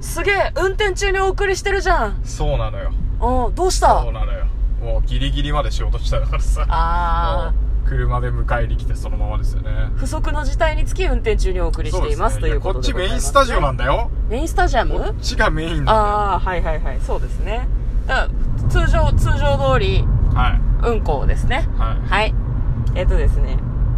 すげえ、運転中にお送りしてるじゃん。 そうなのよ。 どうした？ そうなのよ。もうギリギリまで仕事したからさ。車で迎えに来てそのままですよね。 不測の事態につき運転中にお送りしています、ということでございますね。 こっちメインスタジオなんだよ。 メインスタジアム？ こっちがメインなんだよ。 はいはいはい、そうですね。だから通常通り、 はい、 運行ですね。 はい。 はい。ですね。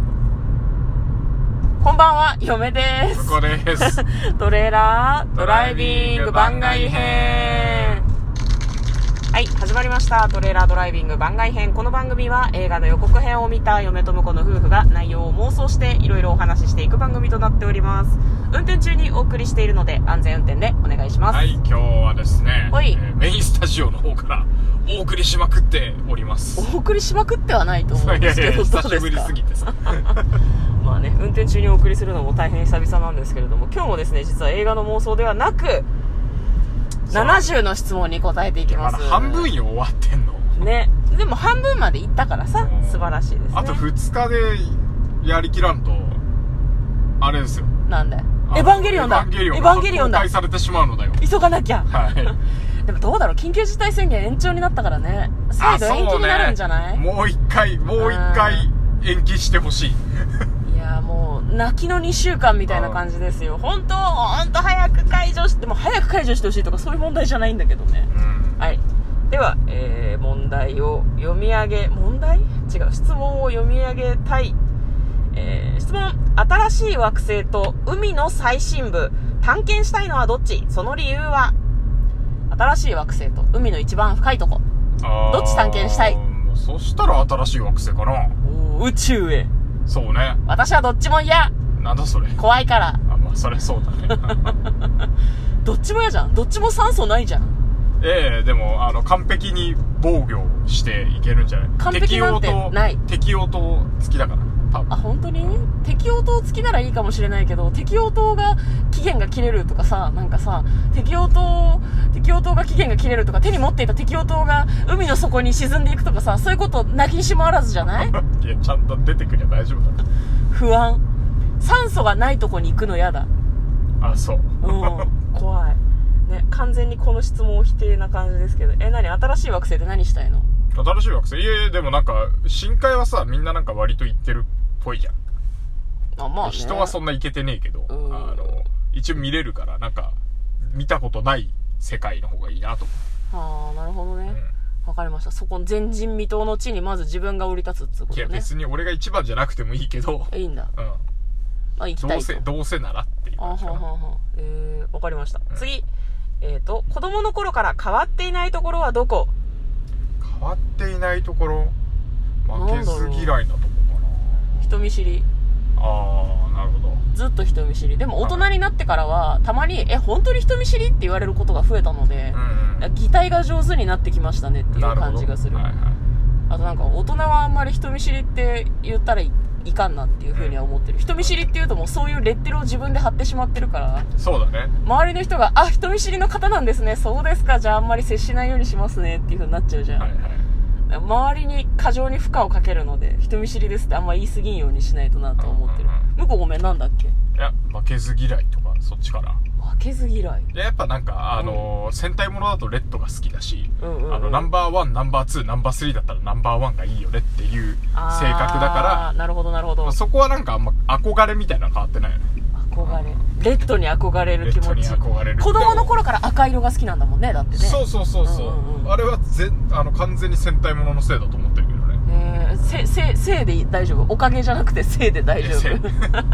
こんばんは、嫁です。 ここです。 トレーラードライビング番外編。はい、始まりました。トレーラードライビング番外編。この番組は映画の予告編を見た嫁と婿の夫婦が内容を妄想していろいろお話ししていく番組となっております。運転中にお送りしているので安全運転でお願いします。 はい、今日はですね、メインスタジオの方からお送りしまくっております。 お送りしまくってはないと思うんですけど、 久しぶりすぎてさ。 まあね、運転中にお送りするのも大変久々なんですけれども、今日もですね、実は映画の妄想ではなく、70の質問に答えていきます。 まだ半分よ、終わってんの。 ね。でも半分まで行ったからさ、素晴らしいですね。 あと2日でやりきらんと、あれですよ。 なんだよ。エヴァンゲリオンだ。エヴァンゲリオンだ。 公開されてしまうのだよ。 急がなきゃ。 はい。 でもどうだろう、緊急事態宣言延長になったからね。再度延期になるんじゃない？ もう一回延期してほしい。 いやもう泣きの2週間みたいな感じですよ。本当早く解除して、も早く解除してほしいとかそういう問題じゃないんだけどね。はい。では、問題を読み上げ、質問を読み上げたい。質問。新しい惑星と海の最深部、探検したいのはどっち？その理由は？新しい惑星と海の一番深いとこ、どっち探検したい？ そしたら新しい惑星かな。 宇宙へ。 そうね。 私はどっちも嫌。 なんだそれ。 怖いから。 まあそれそうだね。 どっちも嫌じゃん。どっちも酸素ないじゃん。 でも完璧に防御していけるんじゃない？ 完璧なんてない。 適応灯付きだから多分。 本当に？適応灯付きならいいかもしれないけど、適応灯が期限が切れるとかさ、なんかさ、適応灯が期限が切れるとか、手に持っていた適応灯が海の底に沈んでいくとかさ、そういうことなきにしもあらずじゃない？いや、 ちゃんと出てくりゃ大丈夫だ。 不安。酸素がないとこに行くの嫌だ。 そう。 怖い。ね、完全にこの質問否定な感じですけど、新しい惑星って何したいの？ 新しい惑星？でもなんか深海はさ、みんななんか割と行ってるっぽいじゃん。 まあね、 人はそんな行けてねえけど、一応見れるから、なんか見たことない世界の方がいいなと思う。 なるほどね。わかりました。そこ前人未到の地にまず自分が降り立つってことね。 いや別に俺が一番じゃなくてもいいけど。 いいんだ。行きたいと。 どうせならっていう感じかな。 わかりました。次。子供の頃から変わっていないところはどこ？ 変わっていないところ？負けず嫌いなとこかな。 人見知り。 なるほど。 ずっと人見知り。でも大人になってからはたまに本当に人見知りって言われることが増えたので、擬態が上手になってきましたねっていう感じがする。あとなんか大人はあんまり人見知りって言ったらいかんなっていう風には思ってる。人見知りって言うともうそういうレッテルを自分で貼ってしまってるから。 そうだね。 周りの人が人見知りの方なんですね、そうですか、じゃああんまり接しないようにしますねっていう風になっちゃうじゃん。周りに過剰に負荷をかけるので、人見知りですってあんま言い過ぎんようにしないとなと思ってる。向こうごめん、なんだっけ？ いや、負けず嫌いとかそっちかな。 負けず嫌い。 やっぱなんか戦隊ものだとレッドが好きだし、ナンバーワン、ナンバーツー、ナンバースリーだったらナンバーワンがいいよねっていう性格だから。 なるほどなるほど。 そこはなんかあんま憧れみたいなの変わってないよね。 憧れ。レッドに憧れる気持ち。 レッドに憧れる。 子供の頃から赤色が好きなんだもんね、だってね。 そう。あれは完全に戦隊もののせいだと思ってるけどね。 せいで大丈夫？おかげじゃなくてせいで大丈夫？せい。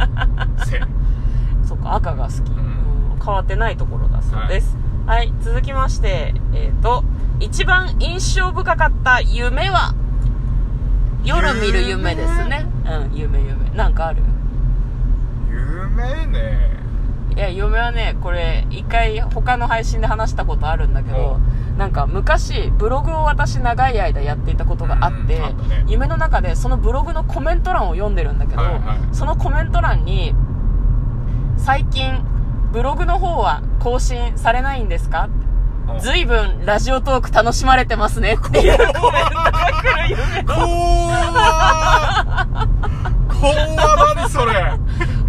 そっか、赤が好き。変わってないところだそうです。はい、続きまして、一番印象深かった夢は？夜見る夢ですね。夢。なんかある？ 夢ね。 いや、夢はね、これ一回他の配信で話したことあるんだけど、なんか昔ブログを私長い間やっていたことがあって、夢の中でそのブログのコメント欄を読んでるんだけど、そのコメント欄に最近ブログの方は更新されないんですか？ずいぶんラジオトーク楽しまれてますねっていうコメントが来る夢。 怖何それ。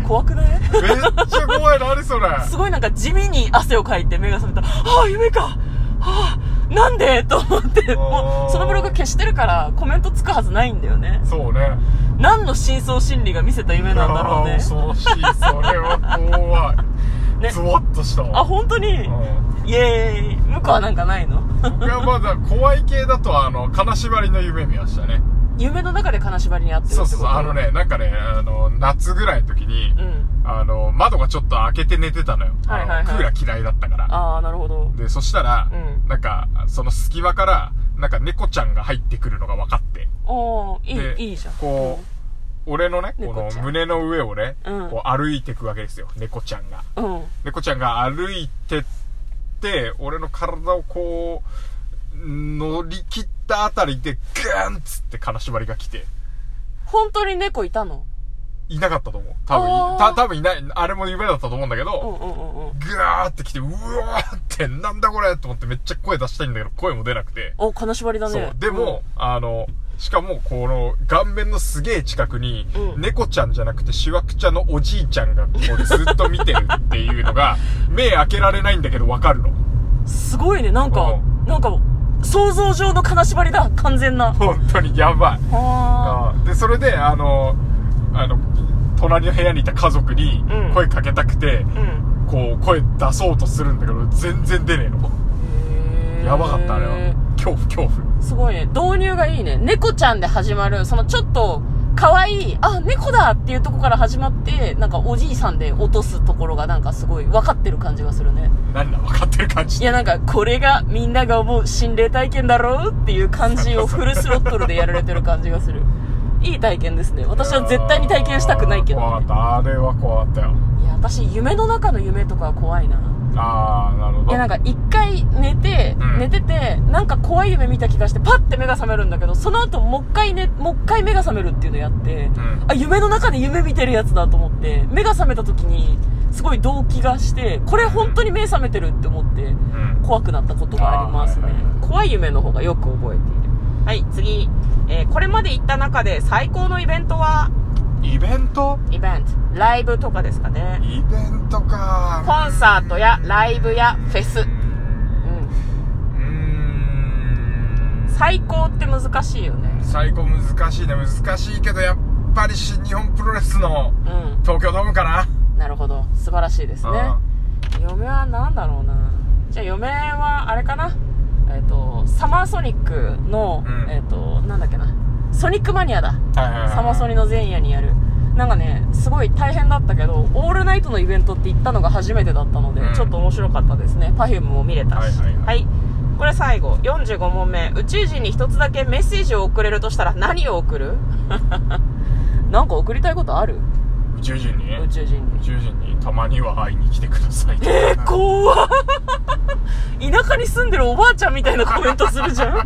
怖くない？ めっちゃ怖い。何それ。 すごいなんか地味に汗をかいて目が覚めた。夢か。なんでと思って、もうそのブログ消してるからコメントつくはずないんだよね。 そうね。 何の深層心理が見せた夢なんだろうね。 恐ろしい。それは怖い。ね。ゾワッとしたわ。 本当に、イエーイ。向こうはなんかないの？ 僕はまだ怖い系だと金縛りの夢見ましたね。 夢の中で金縛りにあってるってこと？ そうなんかね、夏ぐらいの時に、窓がちょっと開けて寝てたのよ。クーラー嫌いだったから。 なるほど。 で、そしたら、なんか、その隙間から、なんか猫ちゃんが入ってくるのが分かって。 いいじゃん。 こう、俺のね、この胸の上をね、こう歩いていくわけですよ、猫ちゃんが。猫ちゃんが歩いてって、俺の体をこう、乗り切ったあたりで、ガーンっつって金縛りが来て。 本当に猫いたの？ いなかったと思う。多分いない、あれも夢だったと思うんだけど、ガーって来て、うわーって、なんだこれと思ってめっちゃ声出したいんだけど、声も出なくて。 金縛りだね。 そう。でも、しかも、この、顔面のすげえ近くに、猫ちゃんじゃなくて、しわくちゃんのおじいちゃんが、こう、ずっと見てるっていうのが、目開けられないんだけど、わかるの。 すごいね、なんか、想像上の金縛りだ、完全な。 本当にやばい。で、それで、隣の部屋にいた家族に声かけたくて、こう声出そうとするんだけど全然出ねえの。やばかったあれは。恐怖。 すごいね。導入がいいね。猫ちゃんで始まる、そのちょっと可愛い、猫だっていうとこから始まって、なんかおじいさんで落とすところがなんかすごい分かってる感じがするね。 何だ分かってる感じ？ いやなんかこれがみんなが思う心霊体験だろうっていう感じをフルスロットルでやられてる感じがする。いい体験ですね。私は絶対に体験したくないけど、ね。 怖かった。あれは怖かったよ。 いや、私、夢の中の夢とかは怖いな。 なるほど。 いや、なんか一回寝てて、なんか怖い夢見た気がして、パッて目が覚めるんだけど、その後もう一回目が覚めるっていうのやって、夢の中で夢見てるやつだと思って、目が覚めた時に、すごい動機がして、これ本当に目覚めてるって思って、怖くなったことがありますね。怖い夢の方がよく覚えている。はい、次。これまで行った中で最高のイベントは？ イベント？ ライブとかですかね。 イベントか。 コンサートやライブやフェス。最高って難しいよね。 最高難しいね。難しいけど、やっぱり新日本プロレスの東京ドームかな。 なるほど。素晴らしいですね。嫁はなんだろうな。じゃあ嫁はあれかな。サマーソニックの、なんだっけな、ソニックマニアだ。サマソニの前夜にやる。なんかね、すごい大変だったけど、オールナイトのイベントって行ったのが初めてだったので、ちょっと面白かったですね。Perfumeも見れたし。はい。これ最後、45問目。宇宙人に一つだけメッセージを送れるとしたら何を送る？なんか送りたいことある？ 宇宙人にたまには会いに来てください。 怖っ。田舎に住んでるおばあちゃんみたいなコメントするじゃん。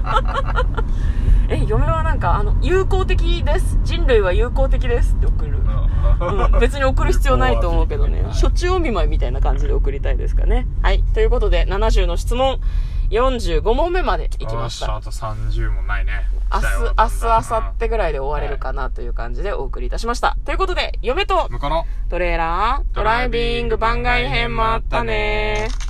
嫁はなんか友好的です、人類は友好的ですって送る。別に送る必要ないと思うけどね、しょっちゅうお見舞いみたいな感じで送りたいですかね。はい、ということで70の質問45問目までいきました。 あと30問ないね。 明日明後日ぐらいで終われるかなという感じでお送りいたしました。ということで、嫁と向こうのトレーラードライビング番外編もあったね。